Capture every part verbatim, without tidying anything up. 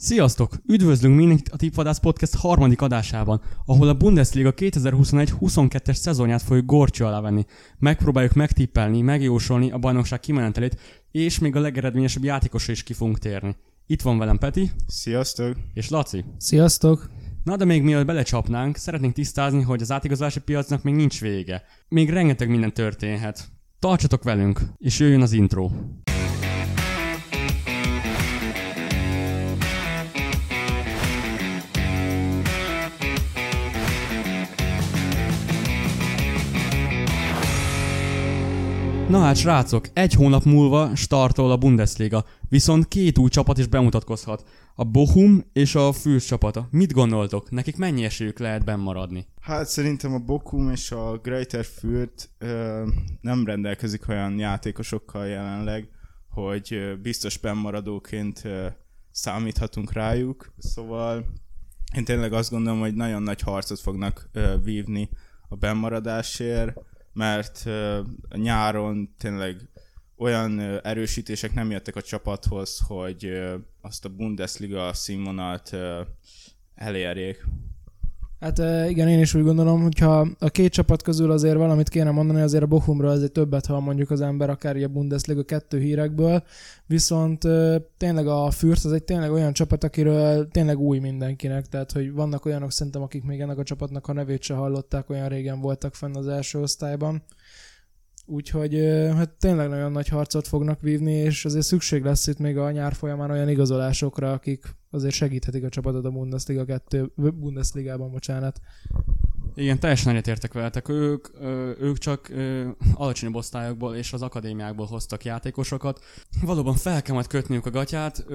Sziasztok! Üdvözlünk mindenkit a Tippvadász Podcast harmadik adásában, ahol a Bundesliga kétezer-huszonegy huszonkettes szezonját fogjuk górcső alá venni. Megpróbáljuk megtippelni, megjósolni a bajnokság kimenetelét, és még a legeredményesebb játékosra is ki fogunk térni. Itt van velem Peti. Sziasztok! És Laci. Sziasztok! Na de még mielőtt belecsapnánk, szeretnénk tisztázni, hogy az átigazolási piacnak még nincs vége. Még rengeteg minden történhet. Tartsatok velünk, és jöjjön az intro. Na hát srácok, egy hónap múlva startol a Bundesliga, viszont két új csapat is bemutatkozhat. A Bochum és a Fürth csapata. Mit gondoltok? Nekik mennyi esélyük lehet benn maradni? Hát szerintem a Bochum és a Greuther Fürth ö, nem rendelkezik olyan játékosokkal jelenleg, hogy ö, biztos bennmaradóként ö, számíthatunk rájuk. Szóval én tényleg azt gondolom, hogy nagyon nagy harcot fognak ö, vívni a bennmaradásért, mert uh, nyáron tényleg olyan uh, erősítések nem jöttek a csapathoz, hogy uh, azt a Bundesliga színvonalat uh, elérjék. Hát igen, én is úgy gondolom, hogyha a két csapat közül azért valamit kéne mondani, azért a Bochumról azért többet hall mondjuk az ember, akár a Bundesliga kettő hírekből, viszont tényleg a Fürth az egy tényleg olyan csapat, akiről tényleg új mindenkinek, tehát hogy vannak olyanok szerintem, akik még ennek a csapatnak a nevét se hallották, olyan régen voltak fenn az első osztályban. Úgyhogy hát tényleg nagyon nagy harcot fognak vívni, és azért szükség lesz itt még a nyár folyamán olyan igazolásokra, akik azért segíthetik a csapatot a Bundesliga kettő, Bundesligában, bocsánat. Igen, teljesen egyetértek veletek. Ők, ők csak alacsonyabb osztályokból és az akadémiákból hoztak játékosokat. Valóban fel kell majd kötniük a gatyát,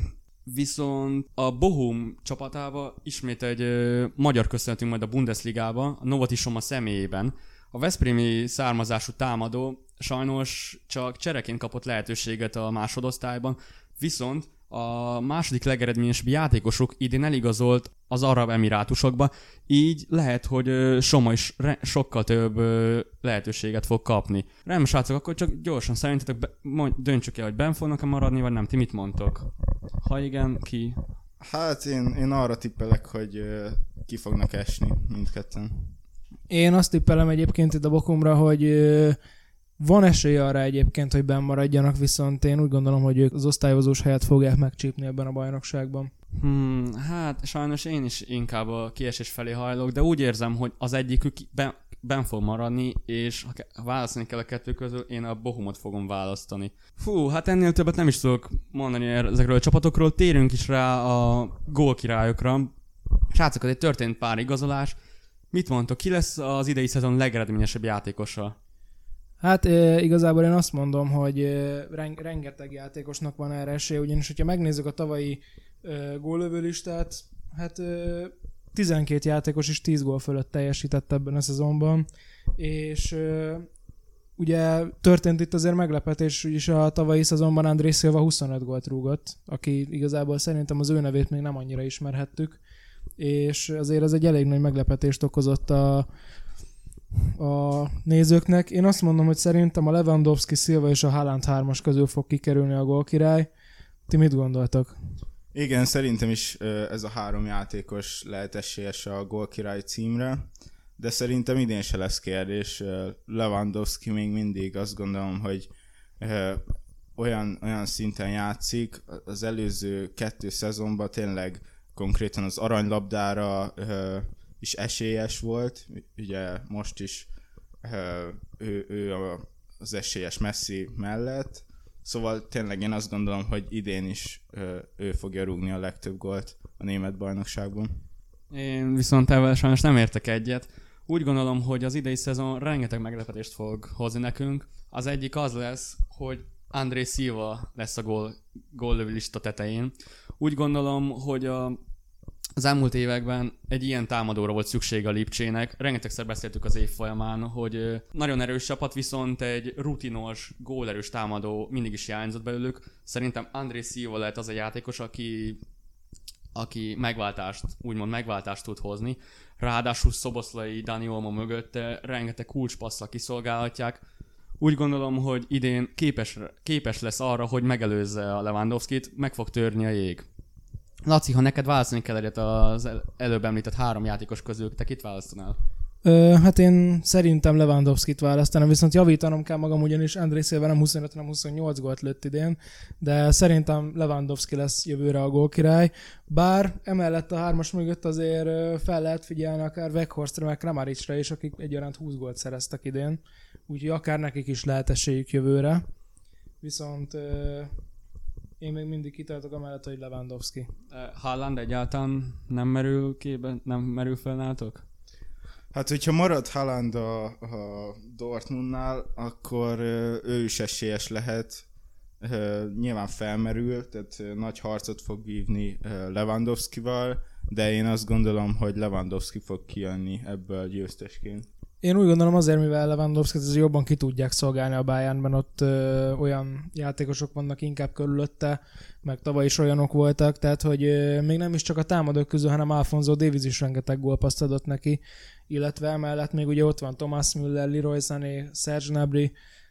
viszont a Bochum csapatába ismét egy magyar köszönhetünk majd a Bundesligába, a Novotisoma személyében. A veszprémi származású támadó sajnos csak csereként kapott lehetőséget a másodosztályban, viszont a második legeredményesebb játékosok idén eligazolt az Arab Emirátusokba, így lehet, hogy Soma is re- sokkal több lehetőséget fog kapni. Rendben, srácok, akkor csak gyorsan szerintetek be- mondj, döntsük el, hogy benn fognak-e maradni, vagy nem. Ti mit mondtok? Ha igen, ki? Hát én, én arra tippelek, hogy uh, ki fognak esni mindketten. Én azt tippelem egyébként itt a Bochumra, hogy van esély arra egyébként, hogy benn maradjanak, viszont én úgy gondolom, hogy ők az osztályozós helyet fogják megcsípni ebben a bajnokságban. Hmm, hát sajnos én is inkább a kiesés felé hajlok, de úgy érzem, hogy az egyikük ben, ben fog maradni, és ha választani kell a kettő közül, én a Bochumot fogom választani. Fú, hát ennél többet nem is tudok mondani ezekről a csapatokról, térünk is rá a gólkirályokra. Srácok, azért történt pár igazolás. Mit mondtok, ki lesz az idei szezon legeredményesebb játékosa? Hát e, igazából én azt mondom, hogy e, ren- rengeteg játékosnak van erre esélye, ugyanis hogyha megnézzük a tavalyi e, góllövő listát, hát e, tizenkét játékos is tíz gól fölött teljesített ebben a szezonban, és e, ugye történt itt azért meglepetés, úgyis a tavalyi szezonban André Silva huszonöt gólt rúgott, aki igazából szerintem az ő nevét még nem annyira ismerhettük, és azért ez egy elég nagy meglepetést okozott a, a nézőknek. Én azt mondom, hogy szerintem a Lewandowski, Silva és a Haaland hármas közül fog kikerülni a gólkirály. Ti mit gondoltok? Igen, szerintem is ez a három játékos lehet esélyes a gólkirály címre, de szerintem idén se lesz kérdés. Lewandowski még mindig azt gondolom, hogy olyan, olyan szinten játszik, az előző kettő szezonban tényleg konkrétan az aranylabdára ö, is esélyes volt, ugye most is ö, ő, ő a, az esélyes Messi mellett, szóval tényleg én azt gondolom, hogy idén is ö, ő fogja rúgni a legtöbb gólt a német bajnokságban. Én viszont ezzel sajnos nem értek egyet. Úgy gondolom, hogy az idei szezon rengeteg meglepetést fog hozni nekünk. Az egyik az lesz, hogy André Silva lesz a gól, góllövő lista tetején. Úgy gondolom, hogy a, az elmúlt években egy ilyen támadóra volt szüksége a Lipcsének. Rengetegszer beszéltük az év folyamán, hogy nagyon erős csapat, viszont egy rutinos, gólerős támadó mindig is hiányzott belőlük. Szerintem André Silva lehet az a játékos, aki, aki megváltást, úgymond megváltást tud hozni. Ráadásul Szoboszlai, Dani Olmo mögötte rengeteg kulcspasszal kiszolgálhatják. Úgy gondolom, hogy idén képes, képes lesz arra, hogy megelőzze a Lewandowskit, meg fog törni a jég. Laci, ha neked választani kell egyet az el- előbb említett három játékos közül, te kit választanál? Ö, hát én szerintem Lewandowskit választanám, viszont javítanom kell magam, ugyanis André Silva nem huszonöt, hanem huszonnyolc gólt lőtt idén, de szerintem Lewandowski lesz jövőre a gólkirály, bár emellett a hármas mögött azért fel lehet figyelni akár Weghorstra, meg Kramaricra is, akik egyaránt húsz gólt szereztek idén, úgyhogy akár nekik is lehet esélyük jövőre, viszont ö, én még mindig kitartok amellett, hogy Lewandowski. Haaland egyáltalán nem merül képbe, nem merül fel nálatok? Hát, hogyha marad Haaland a, a Dortmundnál, akkor ö, ő is esélyes lehet. Ö, nyilván felmerül, tehát ö, nagy harcot fog vívni ö, Lewandowskival, de én azt gondolom, hogy Lewandowski fog kijönni ebből győztesként. Én úgy gondolom azért, mivel Lewandowskit azért jobban ki tudják szolgálni a Bayernben, ott ö, olyan játékosok vannak inkább körülötte, meg tavaly is olyanok voltak, tehát hogy ö, még nem is csak a támadók közül, hanem Alphonso Davies is rengeteg gólpaszt adott neki, illetve emellett még ugye ott van Thomas Müller, Leroy Sané, Serge Gnabry,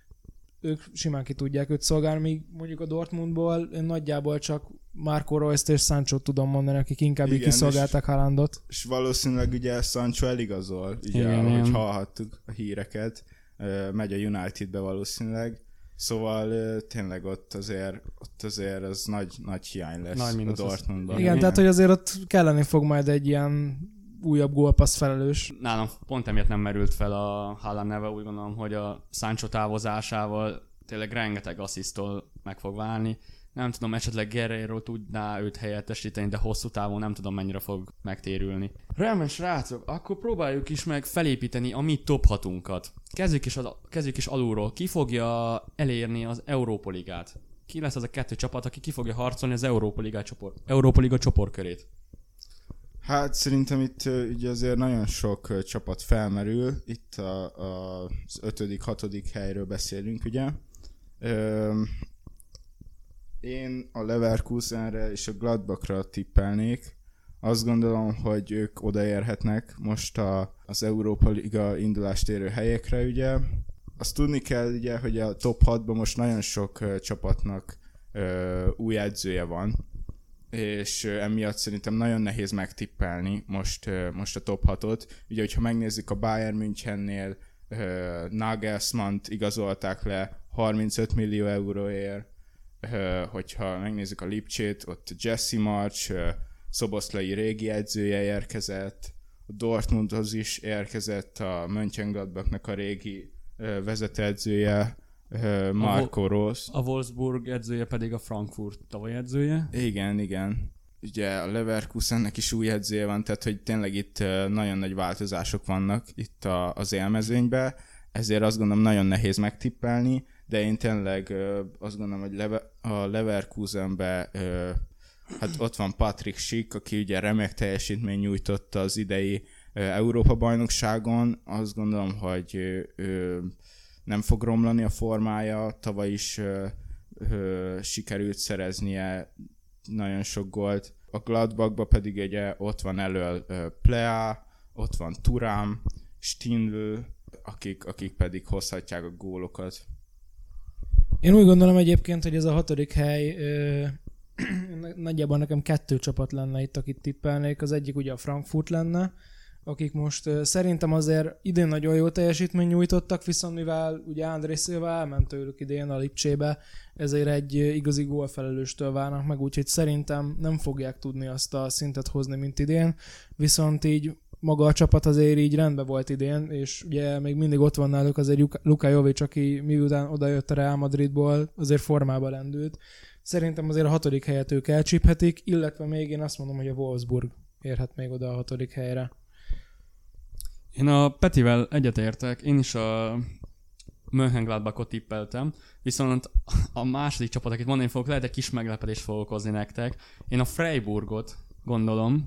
ők simán ki tudják őt szolgálni, míg mondjuk a Dortmundból én nagyjából csak Marco Reust és Sanchót tudom mondani, akik inkább így Igen, kiszolgálták Haalandot. És valószínűleg ugye Sancho eligazol, ugye, Igen, ahogy igen. hallhattuk a híreket, ö, megy a Unitedbe valószínűleg, szóval ö, tényleg ott azért, ott azért az nagy, nagy hiány lesz Nagy a mínusz az. Dortmundban. Igen, tehát hogy azért ott kelleni fog majd egy ilyen újabb gólpassz felelős. Nálam pont emiatt nem merült fel a Haaland neve, úgy gondolom, hogy a Sancho távozásával tényleg rengeteg asszisztól meg fog válni. Nem tudom, esetleg Guerreiro tudná őt helyettesíteni, de hosszú távon nem tudom, mennyire fog megtérülni. Rendben, srácok, akkor próbáljuk is meg felépíteni a mi top hatunkat. Kezdjük is, az, kezdjük is alulról. Ki fogja elérni az Európa Ligát? Ki lesz az a kettő csapat, aki ki fogja harcolni az Európa Liga csoport, Európa Liga csoportkörét? Hát szerintem itt ö, ugye azért nagyon sok ö, csapat felmerül, itt a, a, az ötödik, hatodik helyről beszélünk, ugye. Ö, én a Leverkusenre és a Gladbachra tippelnék. Azt gondolom, hogy ők odaérhetnek most a, az Európa Liga indulást érő helyekre, ugye. Azt tudni kell, ugye, hogy a top hatban most nagyon sok ö, csapatnak ö, új edzője van, és emiatt szerintem nagyon nehéz megtippelni most, most a top hatot. Ugye, hogyha megnézzük a Bayern Münchennél, Nagelsmannt igazolták le harmincöt millió euróért, hogyha megnézzük a Lipcsét, ott Jesse March, Szoboszlai régi edzője érkezett, a Dortmundhoz is érkezett a Mönchengladbachnak a régi vezetőedzője, Marco Rose. A Wolfsburg edzője pedig a Frankfurt tavaly edzője. Igen, igen. Ugye a Leverkusennek is új edzője van, tehát hogy tényleg itt nagyon nagy változások vannak itt a, az élmezőnyben, ezért azt gondolom nagyon nehéz megtippelni, de én tényleg azt gondolom, hogy Leve- a Leverkusenben hát ott van Patrick Schick, aki ugye remek teljesítmény nyújtotta az idei Európa-bajnokságon, azt gondolom, hogy ő nem fog romlani a formája, tavaly is ö, ö, sikerült szereznie nagyon sok gólt. A Gladbachban pedig ugye ott van elől ö, Plea, ott van Thuram, Stindl, akik, akik pedig hozhatják a gólokat. Én úgy gondolom egyébként, hogy ez a hatodik hely, ö, nagyjából nekem kettő csapat lenne itt, akit tippelnék. Az egyik ugye a Frankfurt lenne, akik most uh, szerintem azért idén nagyon jó teljesítmény nyújtottak, viszont mivel ugye André Silva elment tőlük idén a Lipcsébe, ezért egy uh, igazi gólfelelőstől válnak meg, úgyhogy szerintem nem fogják tudni azt a szintet hozni, mint idén, viszont így maga a csapat azért így rendben volt idén, és ugye még mindig ott van náluk azért Luka Jovic, aki miután odajött a Real Madridból, azért formába lendült. Szerintem azért a hatodik helyet ők elcsíphetik, illetve még én azt mondom, hogy a Wolfsburg érhet még oda a hatodik helyre. Én a Petivel egyetértek, én is a Mönchengladbachot tippeltem, viszont a második csapat, akit mondani fogok, lehet egy kis meglepetést fogok okozni nektek. Én a Freiburgot gondolom.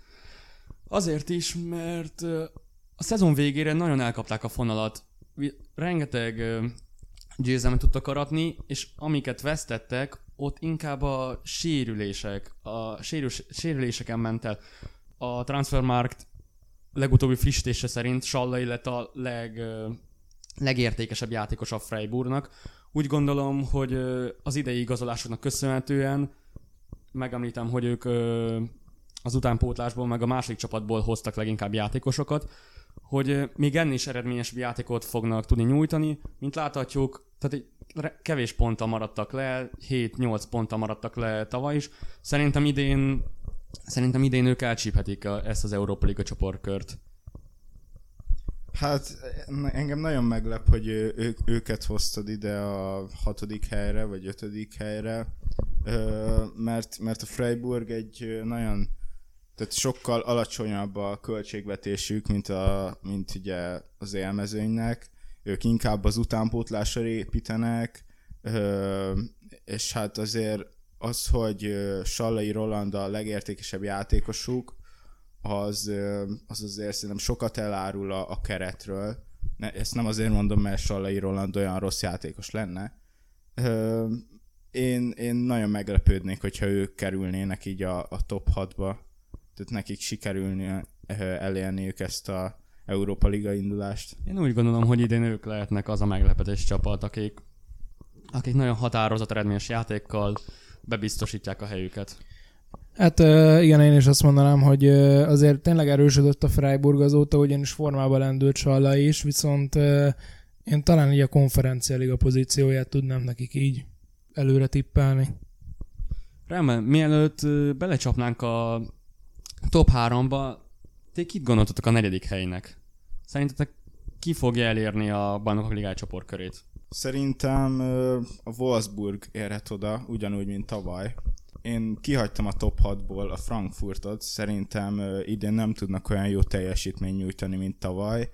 Azért is, mert a szezon végére nagyon elkapták a fonalat. Rengeteg győzelmet tudtak aratni, és amiket vesztettek, ott inkább a sérülések, a sérül, sérüléseken ment el. A Transfermarkt legutóbbi frissítése szerint Sallai lett a leg, legértékesebb játékos a Freiburgnak. Úgy gondolom, hogy az idei igazolásoknak köszönhetően megemlítem, hogy ők ö, az utánpótlásból, meg a másik csapatból hoztak leginkább játékosokat, hogy ö, még ennél is eredményesebb játékot fognak tudni nyújtani, mint láthatjuk, tehát egy kevés ponttal maradtak le, hét-nyolc ponttal maradtak le tavaly is. Szerintem idén, szerintem idén ők elcsíphetik a, ezt az Európa Liga csoportkört. Hát engem nagyon meglep, hogy ők, őket hoztad ide a hatodik helyre, vagy ötödik helyre, mert, mert a Freiburg egy nagyon, tehát sokkal alacsonyabb a költségvetésük, mint, a, mint ugye az élmezőnynek. Ők inkább az utánpótlásra építenek, és hát azért az, hogy Sallai Roland a legértékesebb játékosuk, az, az azért szerintem sokat elárul a, a keretről. Ne, ezt nem azért mondom, mert Sallai Roland olyan rossz játékos lenne. Én, én nagyon meglepődnék, hogyha ők kerülnének így a, a top hatba. Tehát nekik sikerülni elérniük ezt a Európa Liga indulást. Én úgy gondolom, hogy idén ők lehetnek az a meglepetés csapat, akik, akik nagyon határozott eredményes játékkal bebiztosítják a helyüket. Hát igen, én is azt mondanám, hogy azért tényleg erősödött a Freiburg azóta, ugyanis formába lendült Sallai is, viszont én talán így a Konferencia Liga pozícióját tudnám nekik így előre tippelni. Rendben, mielőtt belecsapnánk a top háromba, ti kit gondoltatok a negyedik helynek? Szerintetek ki fogja elérni a Bajnokok Ligája csoportkörét? Szerintem a Wolfsburg érhet oda, ugyanúgy, mint tavaly. Én kihagytam a top hatból a Frankfurtot, szerintem idén nem tudnak olyan jó teljesítményt nyújtani, mint tavaly.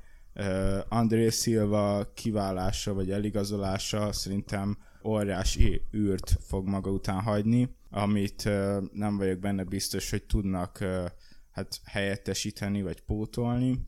André Silva kiválása vagy eligazolása szerintem óriási űrt fog maga után hagyni, amit nem vagyok benne biztos, hogy tudnak hát helyettesíteni vagy pótolni.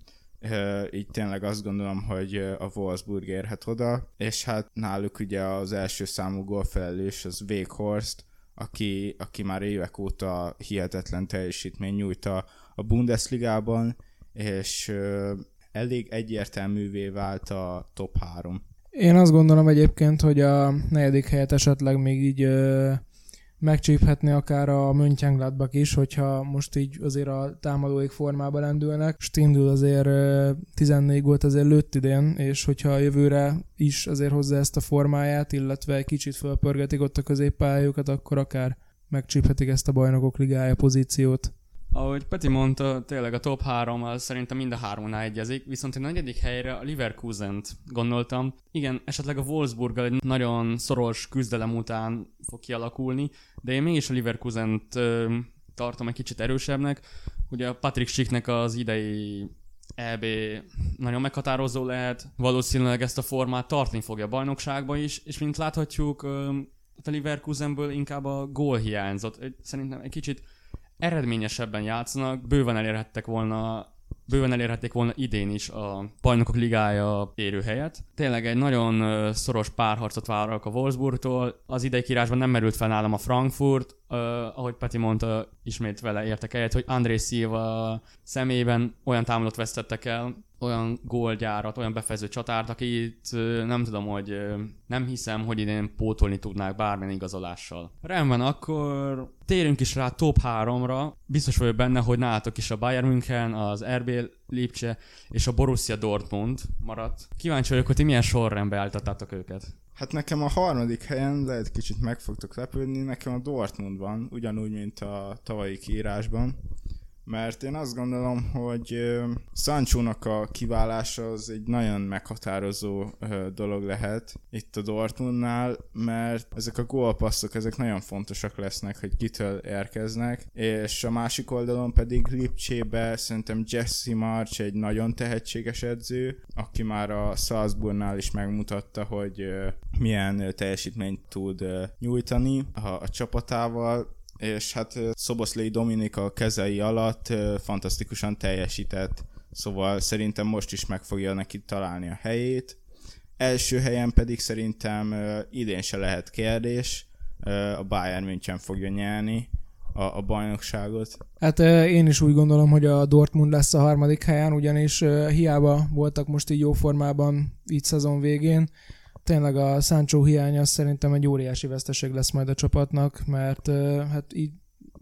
Így tényleg azt gondolom, hogy a Wolfsburg érhet oda, és hát náluk ugye az első számú gólfelelős az Weghorst, aki, aki már évek óta hihetetlen teljesítmény nyújt a, a Bundesligában, és ö, elég egyértelművé vált a top három. Én azt gondolom egyébként, hogy a negyedik helyet esetleg még így ö, megcsíphetni akár a Mönchengladbach is, hogyha most így azért a támadóik formába lendülnek. Stindl azért ö, tizennégy gólt azért lőtt idén, és hogyha a jövőre is azért hozzá ezt a formáját, illetve egy kicsit fölpörgetik ott a középpályájukat, akkor akár megcsíphetik ezt a Bajnokok Ligája pozíciót. Ahogy Peti mondta, tényleg a top három az szerintem mind a háromnál egyezik, viszont én a negyedik helyre a Leverkusent gondoltam. Igen, esetleg a Wolfsburggal egy nagyon szoros küzdelem után fog kialakulni, de én mégis a Leverkusent ö, tartom egy kicsit erősebbnek. Ugye a Patrick Schicknek az idei é bé nagyon meghatározó lehet, valószínűleg ezt a formát tartani fogja a bajnokságba is, és mint láthatjuk, ö, a Leverkusenből inkább a gól hiányzott. Szerintem egy kicsit eredményesebben játszanak, bőven elérhettek volna, bőven elérhették volna idén is a Bajnokok Ligája érőhelyet. Tényleg egy nagyon szoros párharcot várok a Wolfsburgtól. Az idei kiírásban nem merült fel nálam a Frankfurt, uh, ahogy Peti mondta, ismét vele értek egyet, hogy André Silva személyében olyan támadót vesztettek el, olyan gólgyárat, olyan befejező csatárt, akit nem tudom, hogy nem hiszem, hogy idén pótolni tudnák bármilyen igazolással. Rendben, akkor térjünk is rá top háromra. Biztos vagyok benne, hogy nálatok is a Bayern München, az er bé Lipcse és a Borussia Dortmund maradt. Kíváncsi vagyok, hogy ti milyen sorrendbe álltattátok őket. Hát nekem a harmadik helyen, lehet kicsit meg fogtok lepődni, nekem a Dortmund van, ugyanúgy, mint a tavalyi kiírásban. Mert én azt gondolom, hogy Sanchónak a kiválása az egy nagyon meghatározó dolog lehet itt a Dortmundnál, mert ezek a gólpasszok, ezek nagyon fontosak lesznek, hogy kitől érkeznek, és a másik oldalon pedig Lipcsébe szerintem Jesse March egy nagyon tehetséges edző, aki már a Salzburgnál is megmutatta, hogy milyen teljesítményt tud nyújtani a, a csapatával, és hát Szoboszlai Dominik a kezei alatt fantasztikusan teljesített, szóval szerintem most is meg fogja neki találni a helyét. Első helyen pedig szerintem idén se lehet kérdés, a Bayern München fogja nyerni a, a bajnokságot. Hát én is úgy gondolom, hogy a Dortmund lesz a harmadik helyen, ugyanis hiába voltak most így jó formában így szezon végén. Tényleg a Sancho hiánya szerintem egy óriási veszteség lesz majd a csapatnak, mert hát így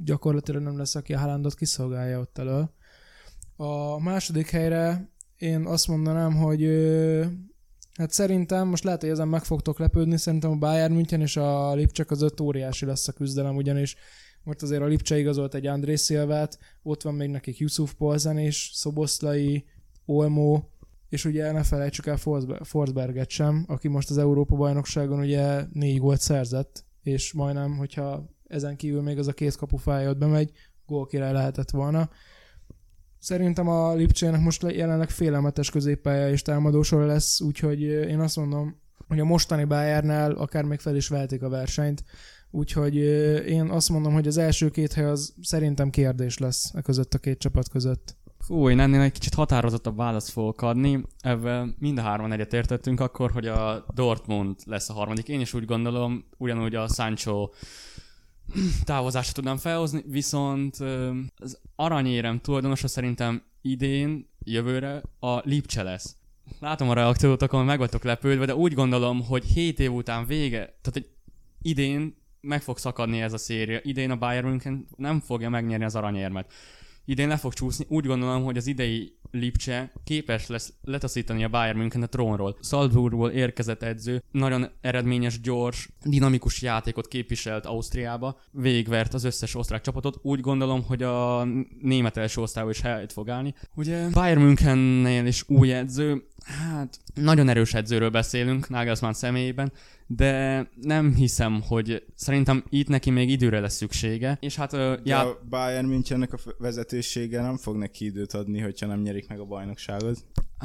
gyakorlatilag nem lesz, aki a Haalandot kiszolgálja ott elől. A második helyre én azt mondanám, hogy hát szerintem, most lehet, hogy ezen meg fogtok lepődni, szerintem a Bayern München és a Lipcse között óriási lesz a küzdelem, ugyanis most azért a Lipcse igazolt egy André Silvát, ott van még nekik Yusuf Poulsen is, Szoboszlai, Olmo, és ugye ne felejtsük el Forsberget sem, aki most az Európa-bajnokságon ugye négy gólt szerzett, és majdnem, hogyha ezen kívül még az a két kapufája ott bemegy, gólkirály lehetett volna. Szerintem a Lipcsének most jelenleg félelmetes középpálya és támadósor lesz, úgyhogy én azt mondom, hogy a mostani Bayernnel akár még fel is vehetik a versenyt, úgyhogy én azt mondom, hogy az első két hely az szerintem kérdés lesz a között a két csapat között. Fú, én ennél egy kicsit határozottabb választ fogok adni. Ebben mind a hárman egyetértettünk akkor, hogy a Dortmund lesz a harmadik. Én is úgy gondolom, ugyanúgy a Sancho távozásra tudnám felhozni, viszont az aranyérem tulajdonosa szerintem idén, jövőre a Lipcse lesz. Látom a reakciótokon, meg vagytok lepődve, de úgy gondolom, hogy hét év után vége, tehát egy idén meg fog szakadni ez a széria. Idén a Bayern München nem fogja megnyerni az aranyérmet. Idén le fog csúszni. Úgy gondolom, hogy az idei Lipcse képes lesz letaszítani a Bayern München a trónról. Salzburgból érkezett edző, nagyon eredményes, gyors, dinamikus játékot képviselt Ausztriába, végigvert az összes osztrák csapatot. Úgy gondolom, hogy a német első osztályban is helyet fog állni. Ugye Bayern Münchennél is új edző, hát nagyon erős edzőről beszélünk Nagelsmann személyében, de nem hiszem, hogy szerintem itt neki még időre lesz szüksége. És hát uh, já... a Bayern Münchennek a vezetősége nem fog neki időt adni, hogyha nem nyerik meg a bajnokságot.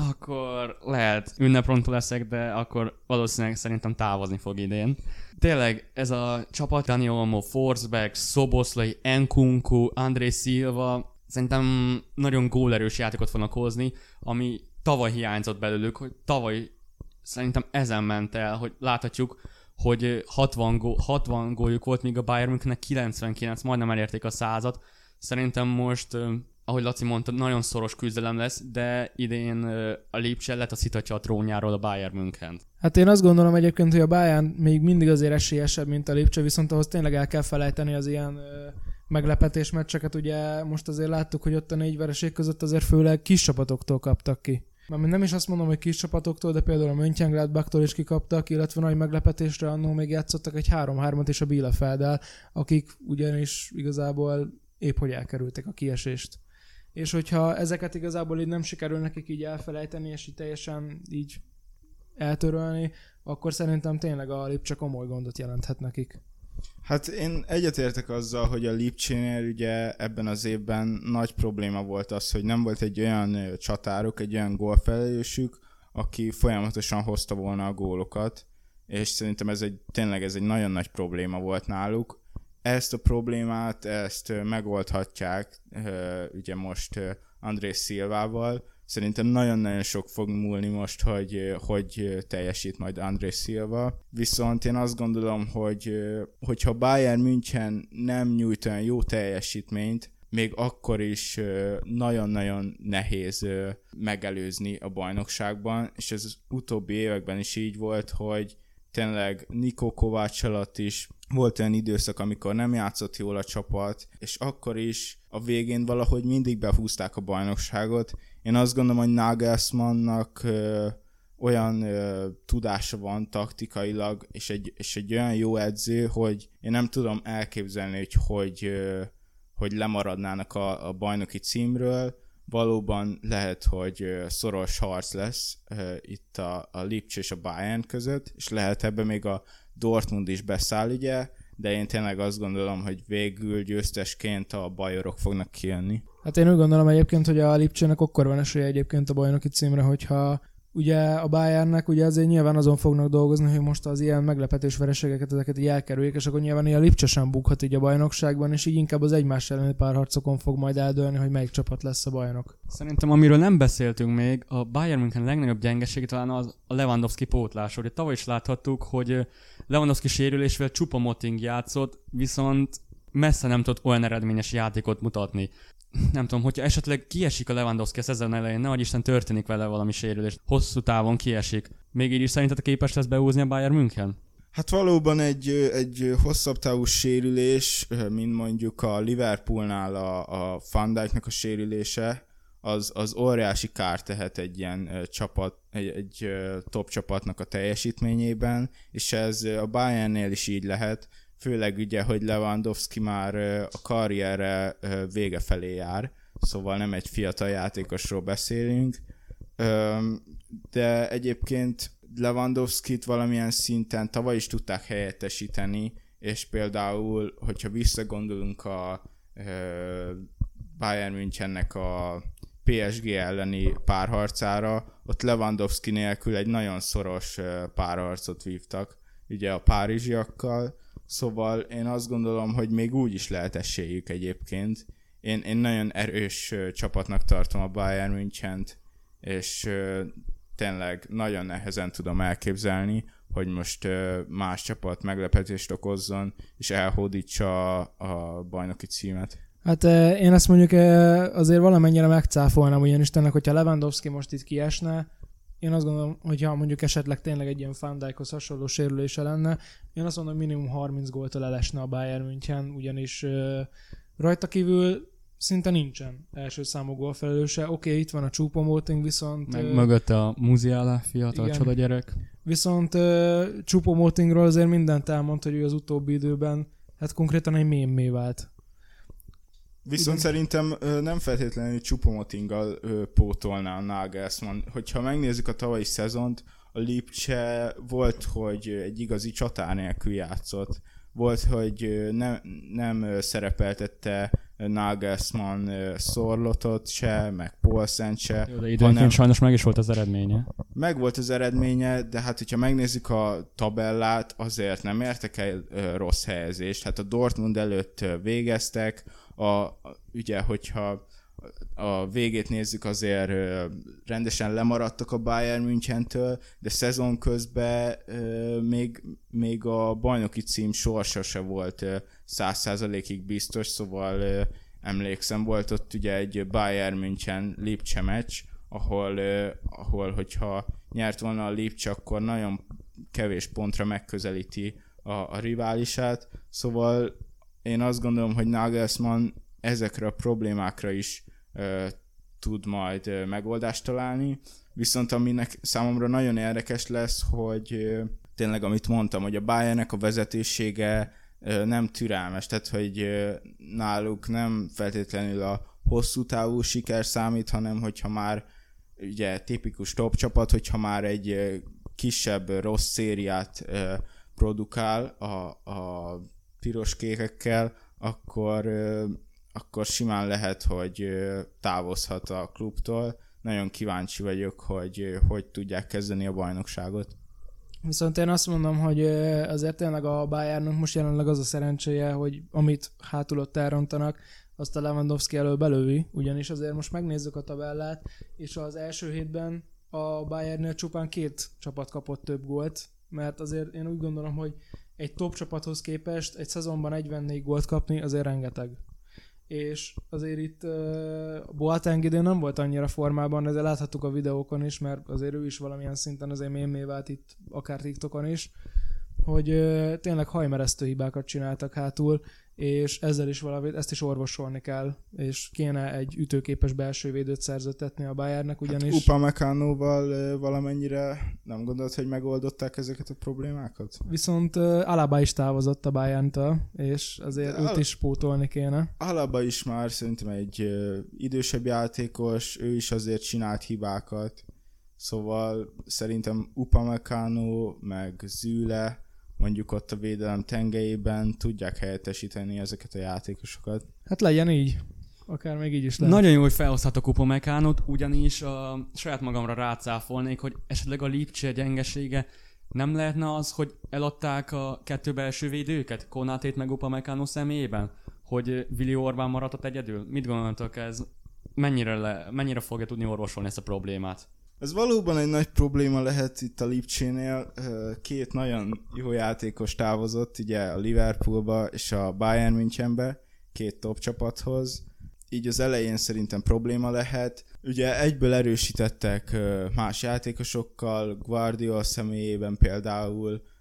Akkor lehet ünneprontó leszek, de akkor valószínűleg szerintem távozni fog idén. Tényleg ez a csapat, Dani Olmo, Forsberg, Szoboszlai, Nkunku, André Silva, szerintem nagyon gólerős játékot fognak hozni, ami tavaly hiányzott belőlük, hogy tavaly szerintem ezen ment el, hogy láthatjuk, hogy hatvan, gól, hatvan góljuk volt, míg a Bayern Münchennek kilencvenkilenc, majdnem elérték a százat. Szerintem most, ahogy Laci mondta, nagyon szoros küzdelem lesz, de idén a Lipcse letaszíthatja a trónjáról a Bayern Münchent. Hát én azt gondolom egyébként, hogy a Bayern még mindig azért esélyesebb, mint a Lipcse, viszont ahhoz tényleg el kell felejteni az ilyen meglepetés meccseket. Ugye most azért láttuk, hogy ott a négy vereség között azért főleg kis csapatoktól kaptak ki. Mármint nem is azt mondom, hogy kis csapatoktól, de például a Mönchengladbachtól is kikaptak, illetve nagy meglepetésre annól még játszottak egy három-hármat is a Bielefelddel, akik ugyanis igazából épp hogy elkerültek a kiesést. És hogyha ezeket igazából így nem sikerül nekik így elfelejteni, és így teljesen így eltörölni, akkor szerintem tényleg a Lipcse komoly gondot jelenthet nekik. Hát én egyetértek azzal, hogy a Lipcsénél ugye ebben az évben nagy probléma volt az, hogy nem volt egy olyan csatáruk, egy olyan gólfelelősük, aki folyamatosan hozta volna a gólokat, és szerintem ez egy, tényleg ez egy nagyon nagy probléma volt náluk. Ezt a problémát, ezt megoldhatják ugye most André Silvával. Szerintem nagyon-nagyon sok fog múlni most, hogy, hogy teljesít majd André Silva. Viszont én azt gondolom, hogy hogyha Bayern München nem nyújt olyan jó teljesítményt, még akkor is nagyon-nagyon nehéz megelőzni a bajnokságban, és ez az utóbbi években is így volt, hogy tényleg Niko Kovács alatt is volt olyan időszak, amikor nem játszott jól a csapat, és akkor is a végén valahogy mindig behúzták a bajnokságot. Én azt gondolom, hogy Nagelsmannnak ö, olyan ö, tudása van taktikailag, és egy, és egy olyan jó edző, hogy én nem tudom elképzelni, hogy hogy, ö, hogy lemaradnának a, a bajnoki címről. Valóban lehet, hogy szoros harc lesz uh, itt a, a Lipcse és a Bayern között, és lehet ebbe még a Dortmund is beszáll, ugye, de én tényleg azt gondolom, hogy végül győztesként a bajorok fognak kijönni. Hát én úgy gondolom egyébként, hogy a Lipcsének akkor van esélye egyébként a bajnoki címre, hogyha ugye a Bayernnek ugye azért nyilván azon fognak dolgozni, hogy most az ilyen meglepetés vereségeket, ezeket így elkerüljék, és akkor nyilván ilyen Lipcse sem bukhat így a bajnokságban, és így inkább az egymás elleni párharcokon fog majd eldőlni, hogy melyik csapat lesz a bajnok. Szerintem amiről nem beszéltünk még, a Bayern München legnagyobb gyengesége talán az a Lewandowski pótlás. Ugye tavaly is láthattuk, hogy Lewandowski sérülésével csupa Motting játszott, viszont messze nem tudott olyan eredményes játékot mutatni. Nem tudom, hogyha esetleg kiesik a Lewandowski a szezon elején, nehogy Isten történik vele valami sérülés, hosszú távon kiesik. Még így is szerinted képes lesz behúzni a Bayern München? Hát valóban egy, egy hosszabb távú sérülés, mint mondjuk a Liverpoolnál a, a Van Dijknak a sérülése, az, az óriási kár tehet egy ilyen csapat, egy, egy top csapatnak a teljesítményében, és ez a Bayernnél is így lehet, főleg ugye, hogy Lewandowski már a karrierre vége felé jár, szóval nem egy fiatal játékosról beszélünk, de egyébként Lewandowskit valamilyen szinten tavaly is tudták helyettesíteni, és például, hogyha visszagondolunk a Bayern Münchennek a pé es gé elleni párharcára, ott Lewandowski nélkül egy nagyon szoros párharcot vívtak, ugye a párizsiakkal, szóval én azt gondolom, hogy még úgy is lehet esélyük egyébként. Én, én nagyon erős csapatnak tartom a Bayern Münchent, és tényleg nagyon nehezen tudom elképzelni, hogy most más csapat meglepetést okozzon, és elhódítsa a, a bajnoki címet. Hát én ezt mondjuk azért valamennyire megcáfolnám, ugyanis tényleg, hogyha Lewandowski most itt kiesne, én azt gondolom, hogyha mondjuk esetleg tényleg egy ilyen Van Dijkhoz hasonló sérülése lenne, én azt mondom, minimum harminc góltól elesne a Bayern München, ugyanis rajta kívül szinte nincsen első számú gólfelelőse. Oké, okay, itt van a Choupo-Moting, viszont... Meg mögötte a Musiala, fiatal igen. Csoda gyerek. Viszont uh, Choupo-Motingról azért mindent elmond, hogy ő az utóbbi időben hát konkrétan egy mémmé vált. Viszont igen. Szerintem nem feltétlenül Choupo-Motinggal pótolná a Nagelsmann. Hogyha megnézzük a tavalyi szezont, a Lipcse volt, hogy egy igazi csatár nélkül játszott. Volt, hogy nem, nem szerepeltette Nagelsmann Szorlotot se, meg Poulsen se. Jó, de időnként hanem... sajnos meg is volt az eredménye. Meg volt az eredménye, de hát hogyha megnézzük a tabellát, azért nem értek el rossz helyezést. Hát a Dortmund előtt végeztek, a, ugye, hogyha a végét nézzük, azért rendesen lemaradtak a Bayern Münchentől, de szezon közben még, még a bajnoki cím sorsa se volt száz százalékig biztos, szóval emlékszem, volt ott ugye egy Bayern München Lipcse meccs, ahol, ahol hogyha nyert volna a Lipcse, akkor nagyon kevés pontra megközelíti a, a riválisát, szóval én azt gondolom, hogy Nagelsmann ezekre a problémákra is uh, tud majd uh, megoldást találni, viszont aminek számomra nagyon érdekes lesz, hogy uh, tényleg amit mondtam, hogy a Bayernnek a vezetősége uh, nem türelmes, tehát hogy uh, náluk nem feltétlenül a hosszú távú siker számít, hanem hogyha már ugye tipikus top csapat, hogyha már egy uh, kisebb uh, rossz szériát uh, produkál a, a piros-kékekkel, akkor uh, akkor simán lehet, hogy távozhat a klubtól. Nagyon kíváncsi vagyok, hogy hogy tudják kezdeni a bajnokságot. Viszont én azt mondom, hogy azért tényleg a Bayernnek most jelenleg az a szerencséje, hogy amit hátul ott elrontanak, azt a Lewandowski elől belővi, ugyanis azért most megnézzük a tabellát, és az első hétben a Bayernnél csupán két csapat kapott több gólt, mert azért én úgy gondolom, hogy egy top csapathoz képest egy szezonban negyvennégy gólt kapni azért rengeteg. És azért itt uh, Boateng idén nem volt annyira formában, ezzel láthattuk a videókon is, mert azért ő is valamilyen szinten azért mémé vált itt, akár TikTokon is, hogy uh, tényleg hajmeresztő hibákat csináltak hátul, és ezzel is valamit, ezt is orvosolni kell, és kéne egy ütőképes belső védőt szerződtetni a Bayernnek, ugyanis... Hát Upamecanoval valamennyire nem gondolod, hogy megoldották ezeket a problémákat? Viszont uh, Alaba is távozott a Bayerntől, és azért de őt Al- is pótolni kéne. Alaba is már szerintem egy uh, idősebb játékos, ő is azért csinált hibákat, szóval szerintem Upamecano meg Süle mondjuk ott a védelem tengelyében tudják helyettesíteni ezeket a játékosokat. Hát legyen így. Akár még így is lehet. Nagyon jó, hogy felhozhatok Upamecánot, ugyanis a saját magamra rácáfolnék, hogy esetleg a Lipcse gyengesége nem lehetne az, hogy eladták a kettő belső védőket, Konátét meg Upamecano személyében, hogy Willi Orbán maradhat egyedül? Mit gondoltok ez? Mennyire, le, mennyire fogja tudni orvosolni ezt a problémát? Ez valóban egy nagy probléma lehet itt a Lipcsénél. Két nagyon jó játékos távozott, ugye a Liverpoolba és a Bayern Münchenbe, két top csapathoz. Így az elején szerintem probléma lehet. Ugye egyből erősítettek más játékosokkal, Guardiola személyében például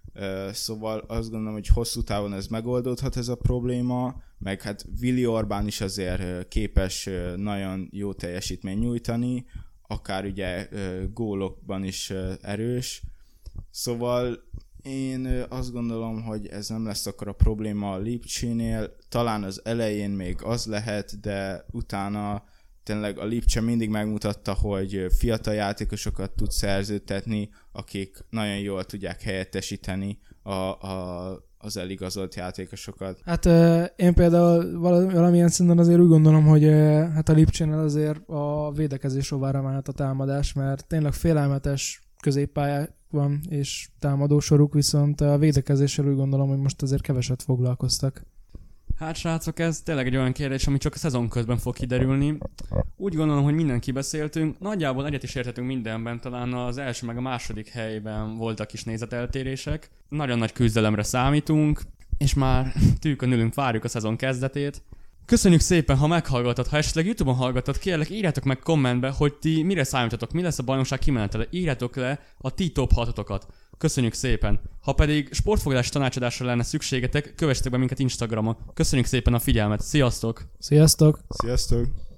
Szóval azt gondolom, hogy hosszú távon ez megoldódhat ez a probléma, meg hát Willi Orbán is azért képes nagyon jó teljesítményt nyújtani, akár ugye gólokban is erős. Szóval én azt gondolom, hogy ez nem lesz akkor a probléma a Lipcsénél. Talán az elején még az lehet, de utána tényleg a Lipcse mindig megmutatta, hogy fiatal játékosokat tud szerződtetni, akik nagyon jól tudják helyettesíteni a, a, az eligazolt játékosokat. Hát én például valamilyen szinten azért úgy gondolom, hogy hát a Lipcsénél azért a védekezés rovára mehet a támadás, mert tényleg félelmetes középpályák van, és támadósoruk, viszont a védekezéssel úgy gondolom, hogy most azért keveset foglalkoztak. Hát srácok, ez tényleg egy olyan kérdés, ami csak a szezon közben fog kiderülni. Úgy gondolom, hogy minden kibeszéltünk, nagyjából egyet is értetünk mindenben, talán az első meg a második helyben voltak kis nézeteltérések. Nagyon nagy küzdelemre számítunk, és már tűkön ülünk, várjuk a szezon kezdetét. Köszönjük szépen, ha meghallgatod, ha esetleg YouTube-on hallgatod, kérlek írjátok meg kommentbe, hogy ti mire számítotok, mi lesz a bajnokság kimenetele, írjátok le a ti top hatotokat. Köszönjük szépen! Ha pedig sportfoglalási tanácsadásra lenne szükségetek, kövessetek be minket Instagramon. Köszönjük szépen a figyelmet, sziasztok! Sziasztok! Sziasztok!